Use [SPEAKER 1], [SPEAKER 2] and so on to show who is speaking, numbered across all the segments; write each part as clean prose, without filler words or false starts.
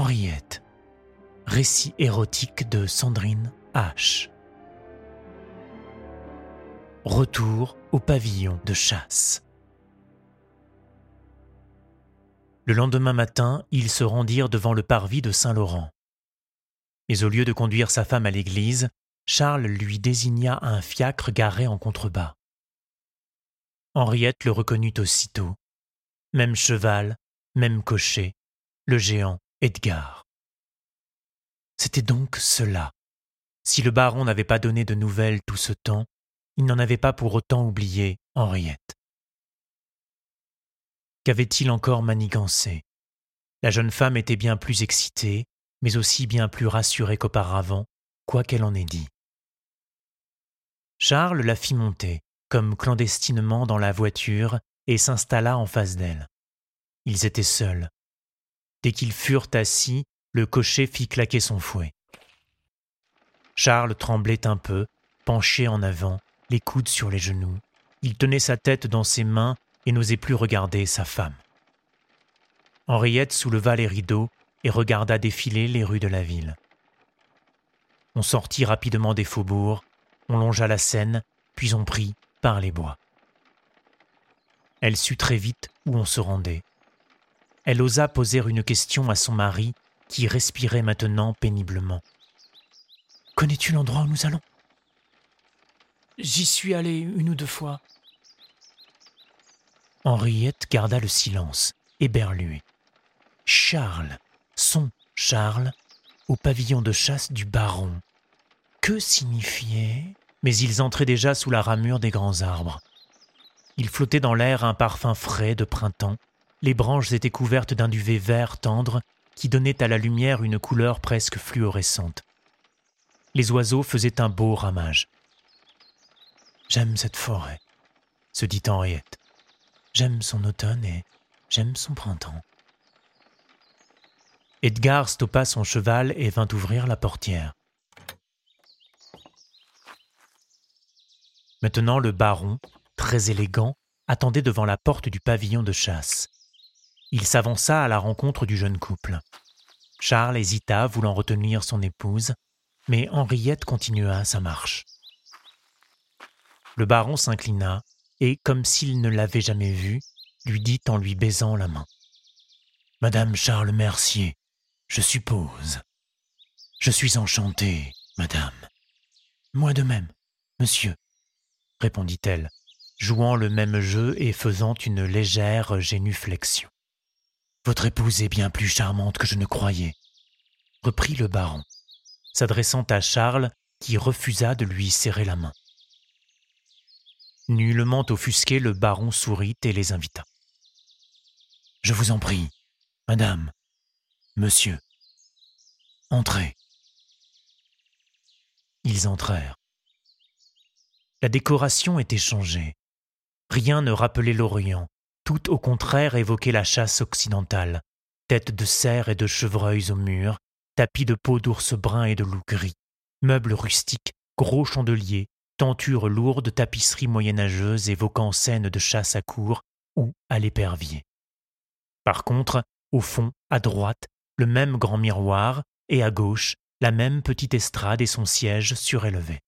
[SPEAKER 1] Henriette. Récit érotique de Sandrine H. Retour au pavillon de chasse. Le lendemain matin, ils se rendirent devant le parvis de Saint-Laurent. Mais au lieu de conduire sa femme à l'église, Charles lui désigna un fiacre garé en contrebas. Henriette le reconnut aussitôt. Même cheval, même cocher, le géant Edgar. C'était donc cela. Si le baron n'avait pas donné de nouvelles tout ce temps, il n'en avait pas pour autant oublié Henriette. Qu'avait-il encore manigancé ? La jeune femme était bien plus excitée, mais aussi bien plus rassurée qu'auparavant, quoi qu'elle en ait dit. Charles la fit monter, comme clandestinement dans la voiture, et s'installa en face d'elle. Ils étaient seuls. Dès qu'ils furent assis, le cocher fit claquer son fouet. Charles tremblait un peu, penché en avant, les coudes sur les genoux. Il tenait sa tête dans ses mains et n'osait plus regarder sa femme. Henriette souleva les rideaux et regarda défiler les rues de la ville. On sortit rapidement des faubourgs, on longea la Seine, puis on prit par les bois. Elle sut très vite où on se rendait. Elle osa poser une question à son mari, qui respirait maintenant péniblement. « Connais-tu l'endroit où nous allons ?»« J'y suis allé 1 ou 2 fois. » Henriette garda le silence, éberluée. Charles, son Charles, au pavillon de chasse du baron. Que signifiait ? Mais ils entraient déjà sous la ramure des grands arbres. Il flottait dans l'air un parfum frais de printemps. Les branches étaient couvertes d'un duvet vert tendre qui donnait à la lumière une couleur presque fluorescente. Les oiseaux faisaient un beau ramage. « J'aime cette forêt », se dit Henriette. « J'aime son automne et j'aime son printemps. » Edgar stoppa son cheval et vint ouvrir la portière. Maintenant le baron, très élégant, attendait devant la porte du pavillon de chasse. Il s'avança à la rencontre du jeune couple. Charles hésita, voulant retenir son épouse, mais Henriette continua sa marche. Le baron s'inclina et, comme s'il ne l'avait jamais vue, lui dit en lui baisant la main. « Madame Charles Mercier, je suppose. Je suis enchanté, madame. »« Moi de même, monsieur, » répondit-elle, jouant le même jeu et faisant une légère génuflexion. « Votre épouse est bien plus charmante que je ne croyais, » reprit le baron, s'adressant à Charles qui refusa de lui serrer la main. Nullement offusqué, le baron sourit et les invita. « Je vous en prie, madame, monsieur, entrez. » Ils entrèrent. La décoration était changée. Rien ne rappelait l'Orient. Tout au contraire évoquait la chasse occidentale. Têtes de cerfs et de chevreuils au mur, tapis de peau d'ours brun et de loup gris, meubles rustiques, gros chandeliers, tentures lourdes, tapisseries moyenâgeuses évoquant scènes de chasse à courre ou à l'épervier. Par contre, au fond, à droite, le même grand miroir et à gauche, la même petite estrade et son siège surélevé.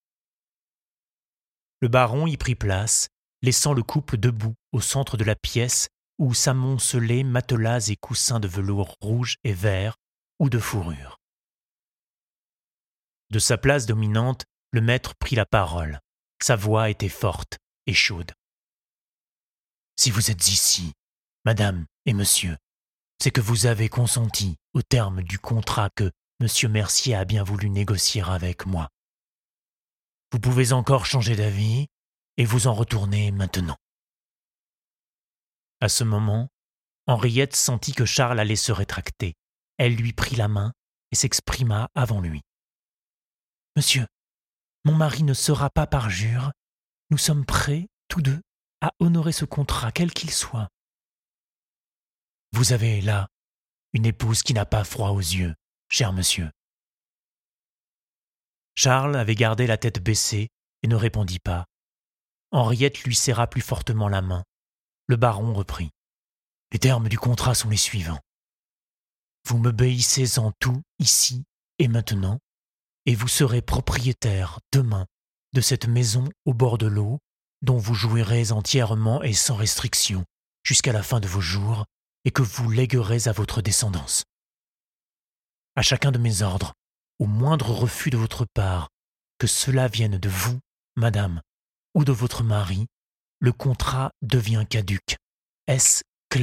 [SPEAKER 1] Le baron y prit place, laissant le couple debout au centre de la pièce où s'amoncelaient matelas et coussins de velours rouge et vert ou de fourrure. De sa place dominante, le maître prit la parole. Sa voix était forte et chaude. « Si vous êtes ici, madame et monsieur, c'est que vous avez consenti au terme du contrat que monsieur Mercier a bien voulu négocier avec moi. Vous pouvez encore changer d'avis et vous en retourner maintenant. » À ce moment, Henriette sentit que Charles allait se rétracter. Elle lui prit la main et s'exprima avant lui. « Monsieur, mon mari ne sera pas parjure. Nous sommes prêts, tous deux, à honorer ce contrat, quel qu'il soit. Vous avez là une épouse qui n'a pas froid aux yeux, cher monsieur. » Charles avait gardé la tête baissée et ne répondit pas. Henriette lui serra plus fortement la main. Le baron reprit. « Les termes du contrat sont les suivants. Vous m'obéissez en tout, ici et maintenant, et vous serez propriétaire, demain, de cette maison au bord de l'eau, dont vous jouirez entièrement et sans restriction, jusqu'à la fin de vos jours, et que vous léguerez à votre descendance. À chacun de mes ordres, au moindre refus de votre part, que cela vienne de vous, madame, ou de votre mari, le contrat devient caduc. Est-ce clair ?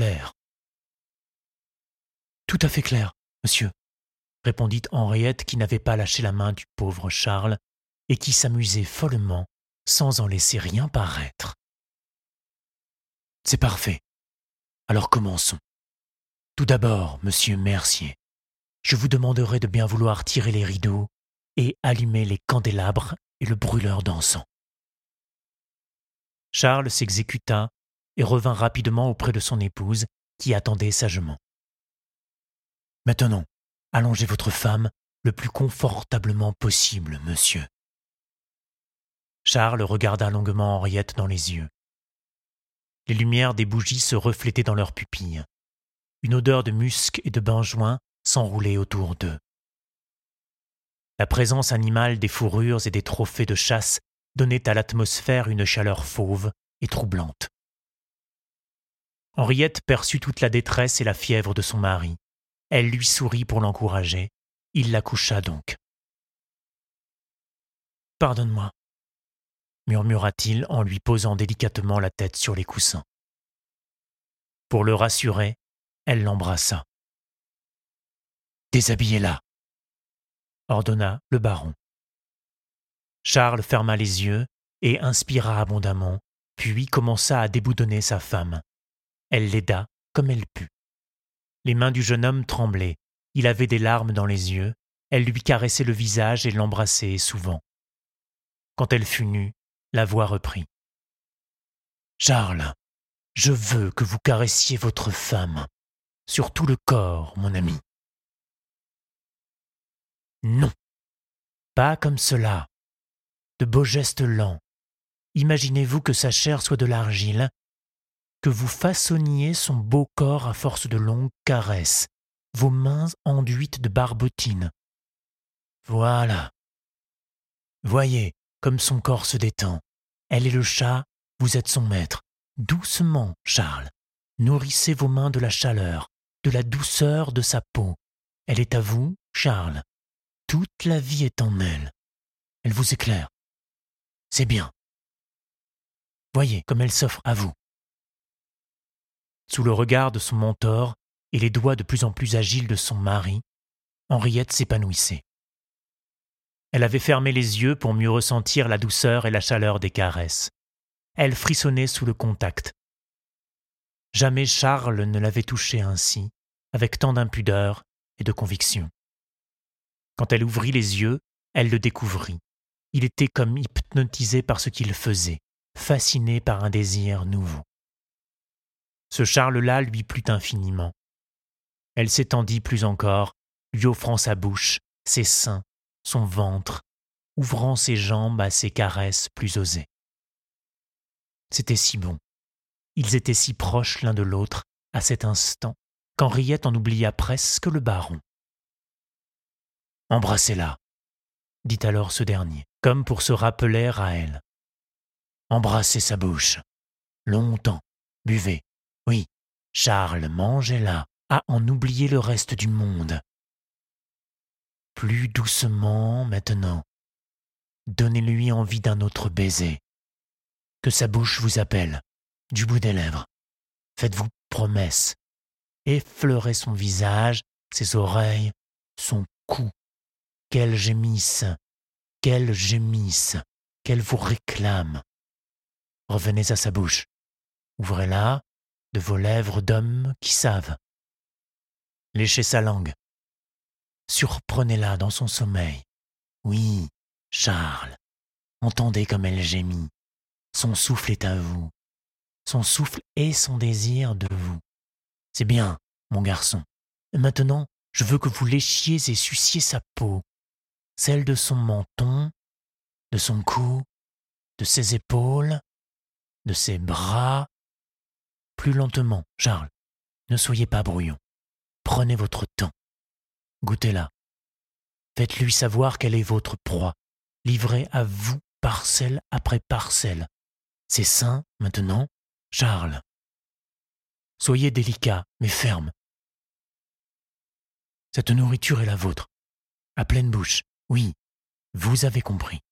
[SPEAKER 1] Tout à fait clair, monsieur, répondit Henriette qui n'avait pas lâché la main du pauvre Charles et qui s'amusait follement sans en laisser rien paraître. C'est parfait. Alors commençons. Tout d'abord, monsieur Mercier, je vous demanderai de bien vouloir tirer les rideaux et allumer les candélabres et le brûleur d'encens. Charles s'exécuta et revint rapidement auprès de son épouse qui attendait sagement. Maintenant, allongez votre femme le plus confortablement possible, monsieur. Charles regarda longuement Henriette dans les yeux. Les lumières des bougies se reflétaient dans leurs pupilles. Une odeur de musc et de benjoin s'enroulait autour d'eux. La présence animale des fourrures et des trophées de chasse donnait à l'atmosphère une chaleur fauve et troublante. Henriette perçut toute la détresse et la fièvre de son mari. Elle lui sourit pour l'encourager. Il la coucha donc. « Pardonne-moi » murmura-t-il en lui posant délicatement la tête sur les coussins. Pour le rassurer, elle l'embrassa. « Déshabillez-la » ordonna le baron. Charles ferma les yeux et inspira abondamment, puis commença à déboudonner sa femme. Elle l'aida comme elle put. Les mains du jeune homme tremblaient, il avait des larmes dans les yeux, elle lui caressait le visage et l'embrassait souvent. Quand elle fut nue, la voix reprit. « Charles, je veux que vous caressiez votre femme, sur tout le corps, mon ami. » « Non, pas comme cela. De beaux gestes lents. Imaginez-vous que sa chair soit de l'argile, que vous façonniez son beau corps à force de longues caresses, vos mains enduites de barbotines. Voilà. Voyez comme son corps se détend. Elle est le chat, vous êtes son maître. Doucement, Charles. Nourrissez vos mains de la chaleur, de la douceur de sa peau. Elle est à vous, Charles. Toute la vie est en elle. Elle vous éclaire. C'est bien. Voyez comme elle s'offre à vous. Sous le regard de son mentor et les doigts de plus en plus agiles de son mari, Henriette s'épanouissait. Elle avait fermé les yeux pour mieux ressentir la douceur et la chaleur des caresses. Elle frissonnait sous le contact. Jamais Charles ne l'avait touchée ainsi, avec tant d'impudeur et de conviction. Quand elle ouvrit les yeux, elle le découvrit. Il était comme hypnotisé par ce qu'il faisait, fasciné par un désir nouveau. Ce Charles-là lui plut infiniment. Elle s'étendit plus encore, lui offrant sa bouche, ses seins, son ventre, ouvrant ses jambes à ses caresses plus osées. C'était si bon. Ils étaient si proches l'un de l'autre à cet instant qu'Henriette en oublia presque le baron. « Embrassez-la » dit alors ce dernier, comme pour se rappeler à elle. « Embrassez sa bouche. Longtemps. Buvez. Oui, Charles, mangez-la, à en oublier le reste du monde. Plus doucement maintenant. Donnez-lui envie d'un autre baiser. Que sa bouche vous appelle, du bout des lèvres. Faites-vous promesse. Effleurez son visage, ses oreilles, son cou. Qu'elle gémisse, qu'elle vous réclame. Revenez à sa bouche. Ouvrez-la de vos lèvres d'homme qui savent. Léchez sa langue. Surprenez-la dans son sommeil. Oui, Charles, entendez comme elle gémit. Son souffle est à vous. Son souffle est son désir de vous. C'est bien, mon garçon. Maintenant, je veux que vous léchiez et suciez sa peau. Celle de son menton, de son cou, de ses épaules, de ses bras. Plus lentement, Charles. Ne soyez pas brouillon. Prenez votre temps. Goûtez-la. Faites-lui savoir qu'elle est votre proie, livrée à vous parcelle après parcelle. C'est sain, maintenant, Charles. Soyez délicat, mais ferme. Cette nourriture est la vôtre. À pleine bouche, oui, vous avez compris.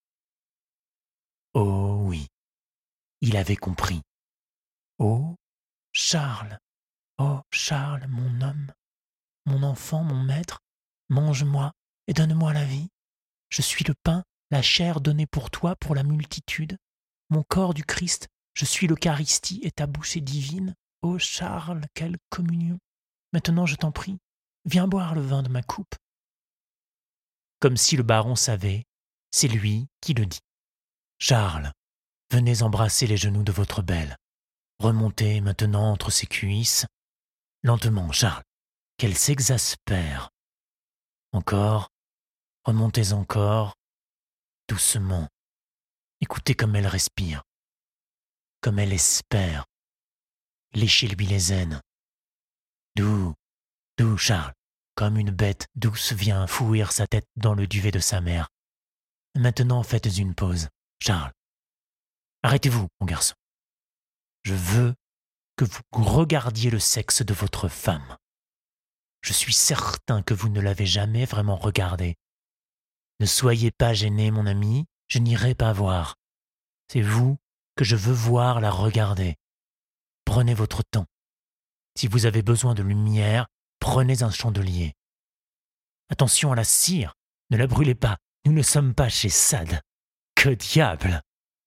[SPEAKER 1] Oh oui, il avait compris. Oh, Charles, mon homme, mon enfant, mon maître, mange-moi et donne-moi la vie. Je suis le pain, la chair donnée pour toi, pour la multitude. Mon corps du Christ, je suis l'Eucharistie et ta bouche est divine. Ô Charles, quelle communion! Maintenant, je t'en prie, viens boire le vin de ma coupe. Comme si le baron savait, c'est lui qui le dit. Charles, venez embrasser les genoux de votre belle. Remontez maintenant entre ses cuisses. Lentement, Charles, qu'elle s'exaspère. Encore, remontez encore, doucement. Écoutez comme elle respire, comme elle espère. Léchez-lui les aines. Doux, doux, Charles, comme une bête douce vient fouir sa tête dans le duvet de sa mère. Maintenant, faites une pause, Charles. Arrêtez-vous, mon garçon. Je veux que vous regardiez le sexe de votre femme. Je suis certain que vous ne l'avez jamais vraiment regardé. Ne soyez pas gêné, mon ami, je n'irai pas voir. C'est vous que je veux voir la regarder. Prenez votre temps. Si vous avez besoin de lumière, prenez un chandelier. Attention à la cire, ne la brûlez pas, nous ne sommes pas chez Sade. Que diable!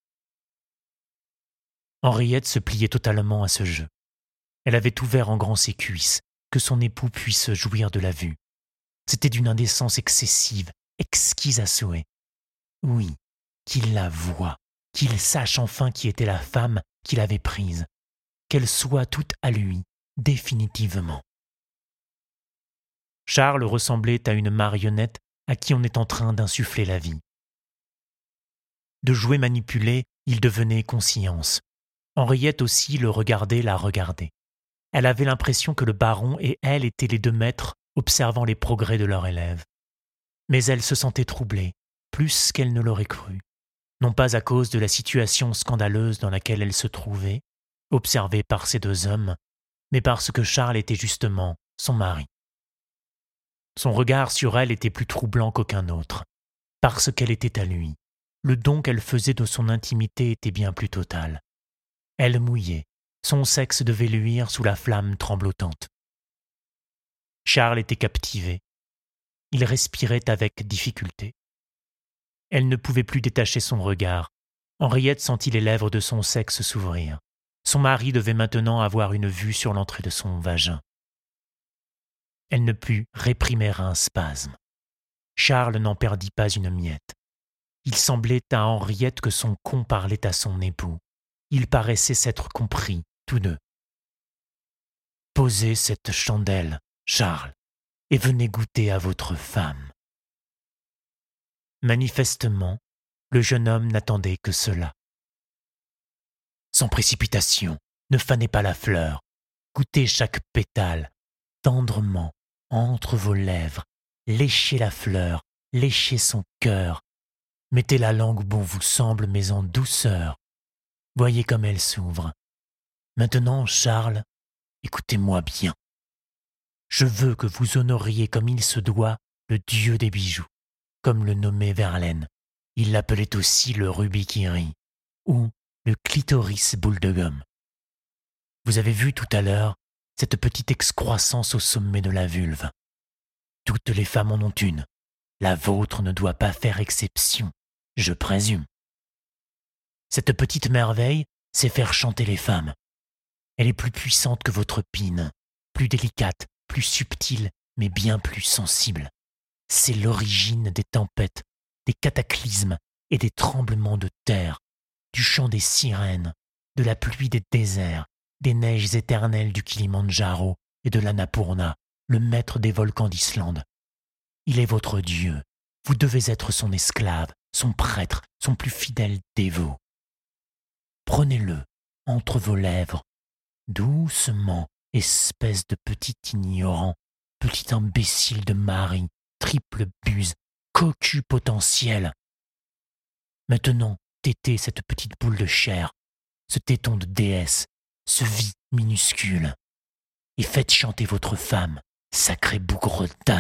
[SPEAKER 1] Henriette se pliait totalement à ce jeu. Elle avait ouvert en grand ses cuisses, que son époux puisse jouir de la vue. C'était d'une indécence excessive, exquise à souhait. Oui, qu'il la voie, qu'il sache enfin qui était la femme qu'il avait prise, qu'elle soit toute à lui, définitivement. Charles ressemblait à une marionnette à qui on est en train d'insuffler la vie. De jouet manipulé, il devenait conscience. Henriette aussi le regardait, la regardait. Elle avait l'impression que le baron et elle étaient les deux maîtres observant les progrès de leur élève. Mais elle se sentait troublée, plus qu'elle ne l'aurait cru. Non pas à cause de la situation scandaleuse dans laquelle elle se trouvait, observée par ces deux hommes, mais parce que Charles était justement son mari. Son regard sur elle était plus troublant qu'aucun autre, parce qu'elle était à lui. Le don qu'elle faisait de son intimité était bien plus total. Elle mouillait, son sexe devait luire sous la flamme tremblotante. Charles était captivé. Il respirait avec difficulté. Elle ne pouvait plus détacher son regard. Henriette sentit les lèvres de son sexe s'ouvrir. Son mari devait maintenant avoir une vue sur l'entrée de son vagin. Elle ne put réprimer un spasme. Charles n'en perdit pas une miette. Il semblait à Henriette que son con parlait à son époux. Ils paraissaient s'être compris, tous deux. Posez cette chandelle, Charles, et venez goûter à votre femme. Manifestement, le jeune homme n'attendait que cela. Sans précipitation, ne fanez pas la fleur. Goûtez chaque pétale, tendrement, entre vos lèvres. Léchez la fleur, léchez son cœur. Mettez la langue où bon vous semble, mais en douceur. Voyez comme elle s'ouvre. Maintenant, Charles, écoutez-moi bien. Je veux que vous honoriez comme il se doit le dieu des bijoux, comme le nommait Verlaine. Il l'appelait aussi le rubis qui rit, ou le clitoris boule de gomme. Vous avez vu tout à l'heure cette petite excroissance au sommet de la vulve. Toutes les femmes en ont une. La vôtre ne doit pas faire exception, je présume. Cette petite merveille sait faire chanter les femmes. Elle est plus puissante que votre pine, plus délicate, plus subtile, mais bien plus sensible. C'est l'origine des tempêtes, des cataclysmes et des tremblements de terre, du chant des sirènes, de la pluie des déserts, des neiges éternelles du Kilimandjaro et de l'Annapurna, le maître des volcans d'Islande. Il est votre Dieu. Vous devez être son esclave, son prêtre, son plus fidèle dévot. Prenez-le entre vos lèvres, doucement, espèce de petit ignorant, petit imbécile de mari, triple buse, cocu potentiel. Maintenant, tétez cette petite boule de chair, ce téton de déesse, ce vie minuscule, et faites chanter votre femme, sacré bougre d'âne. »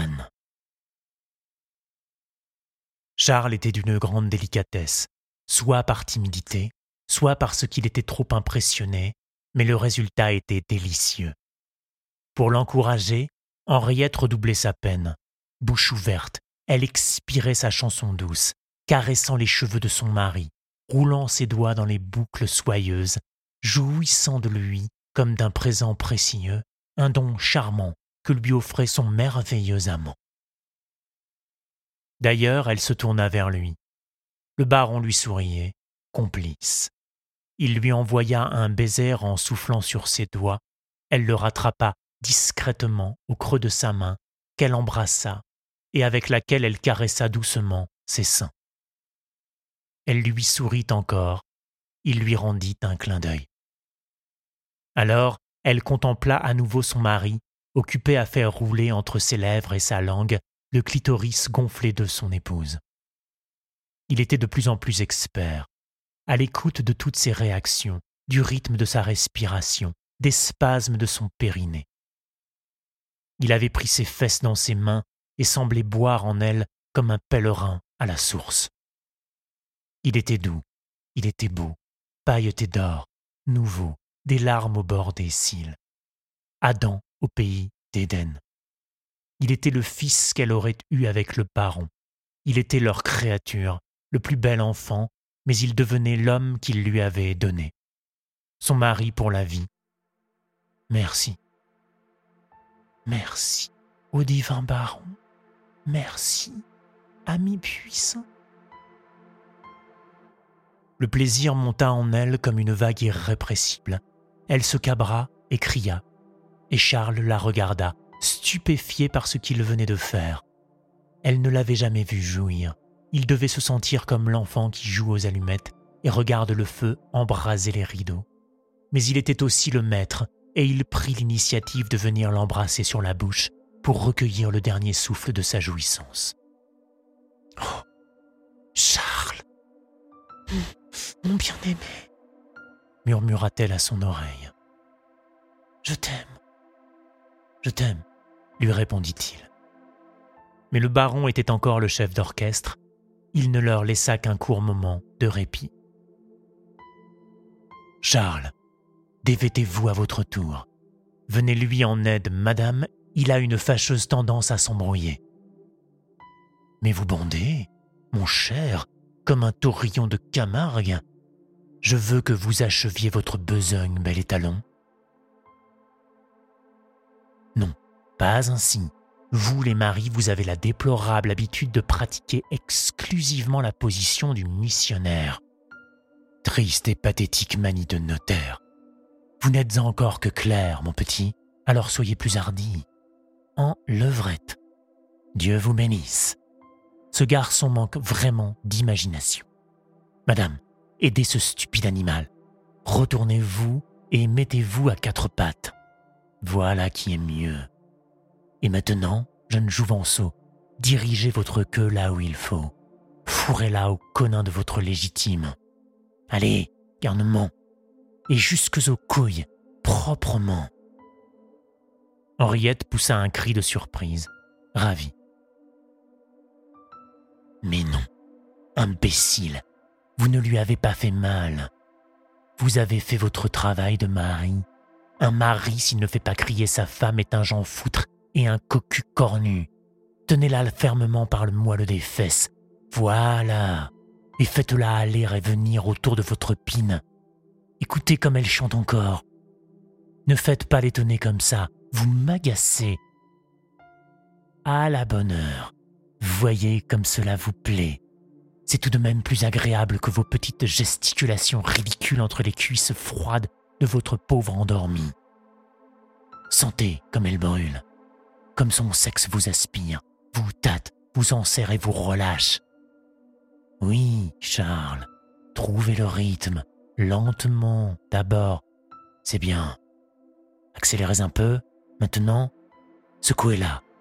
[SPEAKER 1] Charles était d'une grande délicatesse, soit par timidité, soit parce qu'il était trop impressionné, mais le résultat était délicieux. Pour l'encourager, Henriette redoublait sa peine. Bouche ouverte, elle expirait sa chanson douce, caressant les cheveux de son mari, roulant ses doigts dans les boucles soyeuses, jouissant de lui comme d'un présent précieux, un don charmant que lui offrait son merveilleux amant. D'ailleurs, elle se tourna vers lui. Le baron lui souriait, complice. Il lui envoya un baiser en soufflant sur ses doigts. Elle le rattrapa discrètement au creux de sa main, qu'elle embrassa et avec laquelle elle caressa doucement ses seins. Elle lui sourit encore. Il lui rendit un clin d'œil. Alors, elle contempla à nouveau son mari, occupé à faire rouler entre ses lèvres et sa langue le clitoris gonflé de son épouse. Il était de plus en plus expert, à l'écoute de toutes ses réactions, du rythme de sa respiration, des spasmes de son périnée. Il avait pris ses fesses dans ses mains et semblait boire en elles comme un pèlerin à la source. Il était doux, il était beau, pailleté d'or, nouveau, des larmes au bord des cils. Adam au pays d'Éden. Il était le fils qu'elle aurait eu avec le baron. Il était leur créature, le plus bel enfant, mais il devenait l'homme qu'il lui avait donné. Son mari pour la vie. Merci. Merci, ô divin baron. Merci, ami puissant. Le plaisir monta en elle comme une vague irrépressible. Elle se cabra et cria, et Charles la regarda, stupéfié par ce qu'il venait de faire. Elle ne l'avait jamais vu jouir. Il devait se sentir comme l'enfant qui joue aux allumettes et regarde le feu embraser les rideaux. Mais il était aussi le maître, et il prit l'initiative de venir l'embrasser sur la bouche pour recueillir le dernier souffle de sa jouissance. « Oh, Charles, mon bien-aimé » murmura-t-elle à son oreille. « Je t'aime, » lui répondit-il. Mais le baron était encore le chef d'orchestre. Il ne leur laissa qu'un court moment de répit. « Charles, dévêtez-vous à votre tour. Venez-lui en aide, madame, il a une fâcheuse tendance à s'embrouiller. »« Mais vous bandez, mon cher, comme un taurillon de Camargue. Je veux que vous acheviez votre besogne, bel étalon. » »« Non, pas ainsi. Vous, les maris, vous avez la déplorable habitude de pratiquer exclusivement la position du missionnaire. Triste et pathétique manie de notaire. Vous n'êtes encore que clerc, mon petit, alors soyez plus hardi. En levrette. Dieu vous bénisse. Ce garçon manque vraiment d'imagination. Madame, aidez ce stupide animal. Retournez-vous et mettez-vous à quatre pattes. Voilà qui est mieux. Et maintenant, jeune jouvenceau, dirigez votre queue là où il faut. Fourrez-la au conin de votre légitime. Allez, garnement. Et jusques aux couilles, proprement. Henriette poussa un cri de surprise, ravie. Mais non, imbécile, vous ne lui avez pas fait mal. Vous avez fait votre travail de mari. Un mari, s'il ne fait pas crier sa femme, est un Jean Foutre et un cocu cornu. Tenez-la fermement par le moelle des fesses. Voilà. Et faites-la aller et venir autour de votre pine. Écoutez comme elle chante encore. Ne faites pas l'étonner comme ça. Vous m'agacez. À la bonne heure. Voyez comme cela vous plaît. C'est tout de même plus agréable que vos petites gesticulations ridicules entre les cuisses froides de votre pauvre endormi. Sentez comme elle brûle, comme son sexe vous aspire, vous tâte, vous enserre et vous relâche. Oui, Charles, trouvez le rythme, lentement, d'abord. C'est bien. Accélérez un peu, maintenant, secouez-la,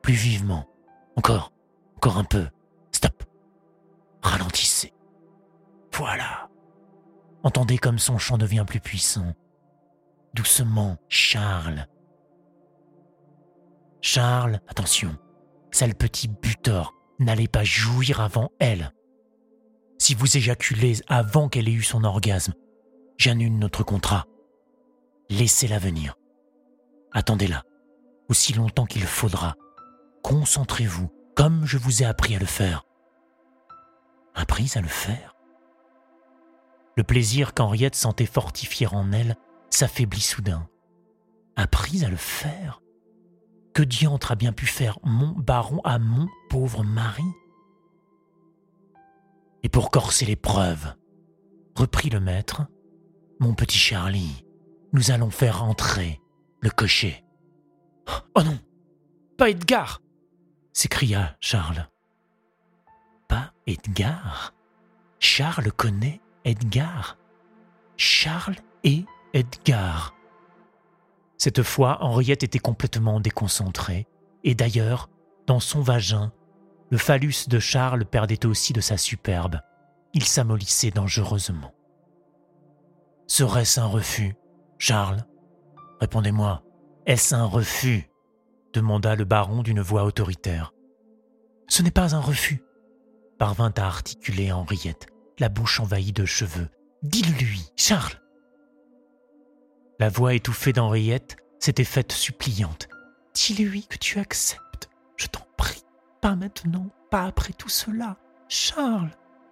[SPEAKER 1] plus vivement. Encore un peu. Stop. Ralentissez. Voilà. Entendez comme son chant devient plus puissant. Doucement, Charles. Charles, attention, sale petit butor, n'allez pas jouir avant elle. Si vous éjaculez avant qu'elle ait eu son orgasme, j'annule notre contrat. Laissez-la venir. Attendez-la, aussi longtemps qu'il faudra. Concentrez-vous, comme je vous ai appris à le faire. Appris à le faire? Le plaisir qu'Henriette sentait fortifier en elle s'affaiblit soudain. Appris à le faire? Que diantre a bien pu faire mon baron à mon pauvre mari? Et pour corser l'épreuve, reprit le maître, mon petit Charlie, nous allons faire entrer le cocher. Oh non, pas Edgar! S'écria Charles. Pas Edgar? Charles connaît Edgar. Charles et Edgar. Cette fois, Henriette était complètement déconcentrée, et d'ailleurs, dans son vagin, le phallus de Charles perdait aussi de sa superbe. Il s'amollissait dangereusement. Serait-ce un refus, Charles? Répondez-moi, est-ce un refus? Demanda le baron d'une voix autoritaire. Ce n'est pas un refus, parvint à articuler Henriette, la bouche envahie de cheveux. Dis-le-lui, Charles! La voix étouffée d'Henriette s'était faite suppliante. Dis-lui que tu acceptes, je t'en prie. Pas maintenant, pas après tout cela, Charles.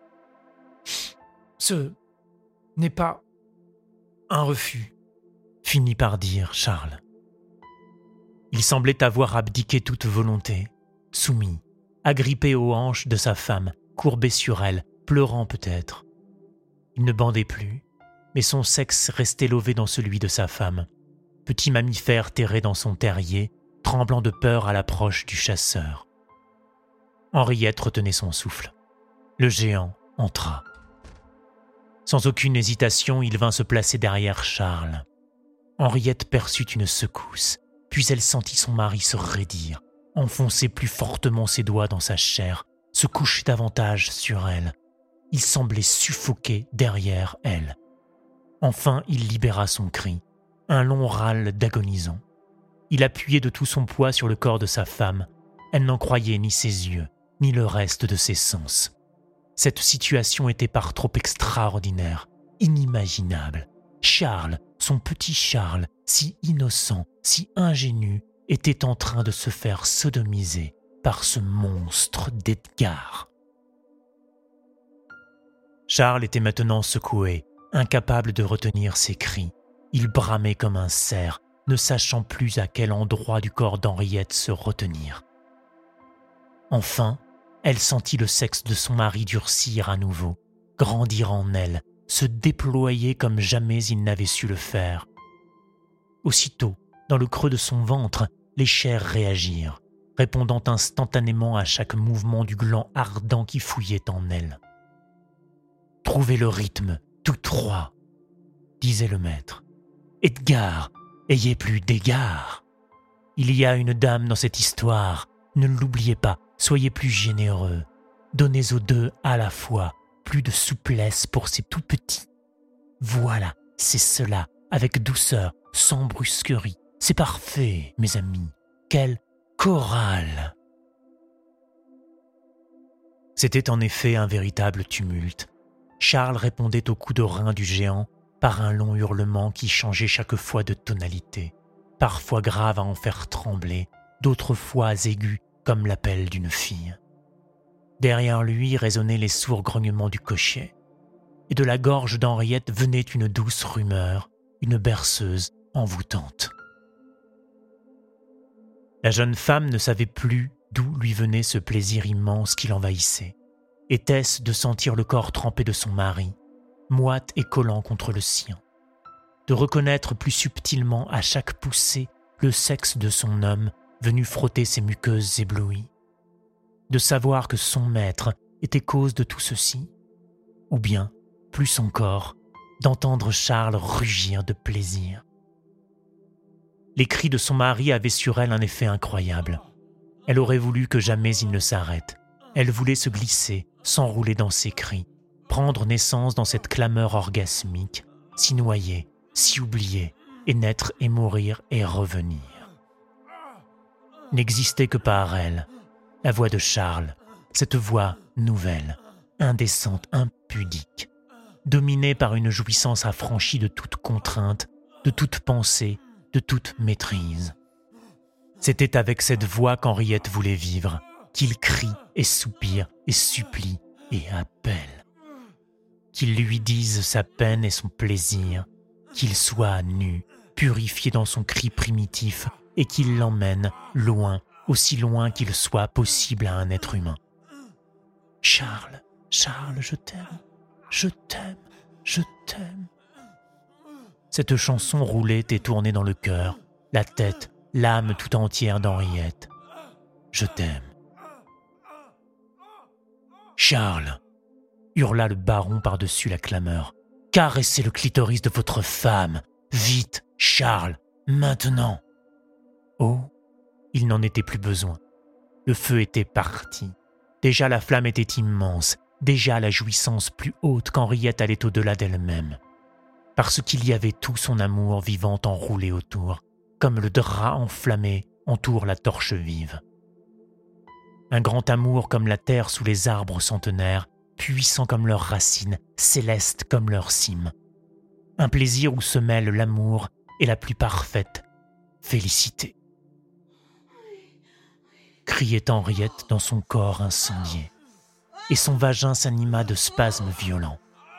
[SPEAKER 1] Ce n'est pas un refus, finit par dire Charles. Il semblait avoir abdiqué toute volonté, soumis, agrippé aux hanches de sa femme, courbé sur elle, pleurant peut-être. Il ne bandait plus, mais son sexe restait lové dans celui de sa femme, petit mammifère terré dans son terrier, tremblant de peur à l'approche du chasseur. Henriette retenait son souffle. Le géant entra. Sans aucune hésitation, il vint se placer derrière Charles. Henriette perçut une secousse, puis elle sentit son mari se raidir, enfoncer plus fortement ses doigts dans sa chair, se coucher davantage sur elle. Il semblait suffoquer derrière elle. Enfin, il libéra son cri, un long râle d'agonisant. Il appuyait de tout son poids sur le corps de sa femme. Elle n'en croyait ni ses yeux, ni le reste de ses sens. Cette situation était par trop extraordinaire, inimaginable. Charles, son petit Charles, si innocent, si ingénu, était en train de se faire sodomiser par ce monstre d'Edgar. Charles était maintenant secoué, incapable de retenir ses cris. Il bramait comme un cerf, ne sachant plus à quel endroit du corps d'Henriette se retenir. Enfin, elle sentit le sexe de son mari durcir à nouveau, grandir en elle, se déployer comme jamais il n'avait su le faire. Aussitôt, dans le creux de son ventre, les chairs réagirent, répondant instantanément à chaque mouvement du gland ardent qui fouillait en elle. « Trouvez le rythme, tous trois !» disait le maître. « Edgar, ayez plus d'égard. Il y a une dame dans cette histoire, ne l'oubliez pas, soyez plus généreux. Donnez aux deux à la fois plus de souplesse pour ces tout petits. Voilà, c'est cela, avec douceur, sans brusquerie. C'est parfait, mes amis. Quelle chorale !» C'était en effet un véritable tumulte. Charles répondait au coup de rein du géant par un long hurlement qui changeait chaque fois de tonalité, parfois grave à en faire trembler, d'autres fois aigu comme l'appel d'une fille. Derrière lui résonnaient les sourds grognements du cocher, et de la gorge d'Henriette venait une douce rumeur, une berceuse envoûtante. La jeune femme ne savait plus d'où lui venait ce plaisir immense qui l'envahissait. Était-ce de sentir le corps trempé de son mari, moite et collant contre le sien, de reconnaître plus subtilement à chaque poussée le sexe de son homme venu frotter ses muqueuses éblouies, de savoir que son maître était cause de tout ceci, ou bien, plus encore, d'entendre Charles rugir de plaisir. Les cris de son mari avaient sur elle un effet incroyable. Elle aurait voulu que jamais il ne s'arrête. Elle voulait se glisser, s'enrouler dans ses cris, prendre naissance dans cette clameur orgasmique, s'y noyer, s'y oublier, et naître et mourir et revenir. N'existait que par elle, la voix de Charles, cette voix nouvelle, indécente, impudique, dominée par une jouissance affranchie de toute contrainte, de toute pensée, de toute maîtrise. C'était avec cette voix qu'Henriette voulait vivre, qu'il crie et soupire et supplie et appelle. Qu'il lui dise sa peine et son plaisir, qu'il soit nu, purifié dans son cri primitif et qu'il l'emmène loin, aussi loin qu'il soit possible à un être humain. « Charles, Charles, je t'aime, je t'aime, je t'aime. » Cette chanson roulait et tournait dans le cœur, la tête, l'âme tout entière d'Henriette. « Je t'aime. »« Charles !» hurla le baron par-dessus la clameur. « Caressez le clitoris de votre femme. Vite, Charles, maintenant !» Oh, il n'en était plus besoin. Le feu était parti. Déjà la flamme était immense, déjà la jouissance plus haute qu'Henriette allait au-delà d'elle-même. Parce qu'il y avait tout son amour vivant enroulé autour, comme le drap enflammé entoure la torche vive. Un grand amour comme la terre sous les arbres centenaires, puissant comme leurs racines, céleste comme leur cime. Un plaisir où se mêlent l'amour et la plus parfaite félicité. Criait Henriette dans son corps incendié, et son vagin s'anima de spasmes violents.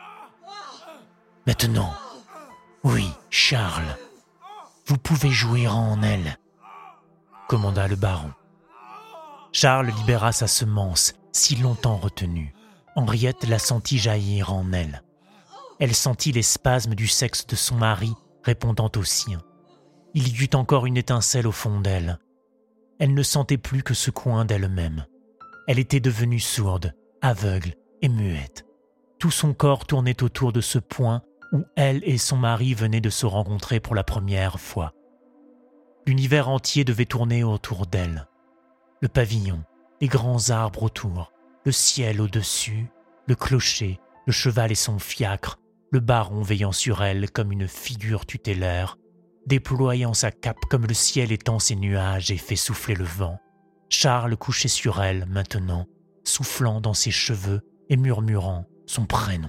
[SPEAKER 1] « Maintenant, oui, Charles, vous pouvez jouir en elle, » commanda le baron. Charles libéra sa semence, si longtemps retenue. Henriette la sentit jaillir en elle. Elle sentit les spasmes du sexe de son mari répondant aux siens. Il y eut encore une étincelle au fond d'elle. Elle ne sentait plus que ce coin d'elle-même. Elle était devenue sourde, aveugle et muette. Tout son corps tournait autour de ce point où elle et son mari venaient de se rencontrer pour la première fois. L'univers entier devait tourner autour d'elle. Le pavillon, les grands arbres autour, le ciel au-dessus, le clocher, le cheval et son fiacre, le baron veillant sur elle comme une figure tutélaire, déployant sa cape comme le ciel étend ses nuages et fait souffler le vent. Charles couchait sur elle maintenant, soufflant dans ses cheveux et murmurant son prénom.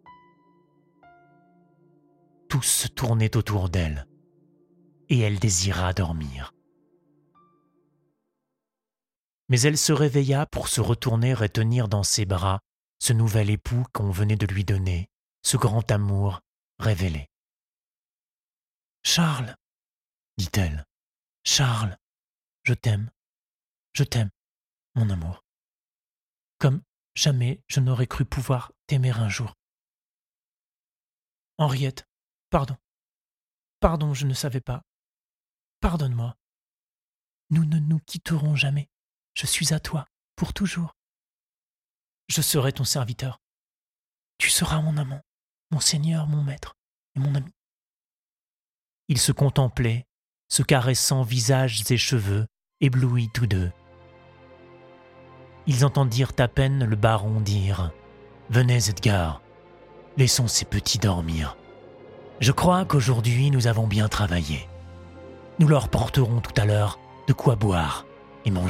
[SPEAKER 1] Tous se tournaient autour d'elle, et elle désira dormir. Mais elle se réveilla pour se retourner et tenir dans ses bras ce nouvel époux qu'on venait de lui donner, ce grand amour révélé. « Charles, dit-elle, Charles, je t'aime, mon amour. Comme jamais je n'aurais cru pouvoir t'aimer un jour. Henriette, pardon, je ne savais pas. Pardonne-moi. Nous ne nous quitterons jamais. Je suis à toi, pour toujours. Je serai ton serviteur. Tu seras mon amant, mon seigneur, mon maître et mon ami. » Ils se contemplaient, se caressant visages et cheveux, éblouis tous deux. Ils entendirent à peine le baron dire « Venez, Edgar, laissons ces petits dormir. Je crois qu'aujourd'hui nous avons bien travaillé. Nous leur porterons tout à l'heure de quoi boire et manger. »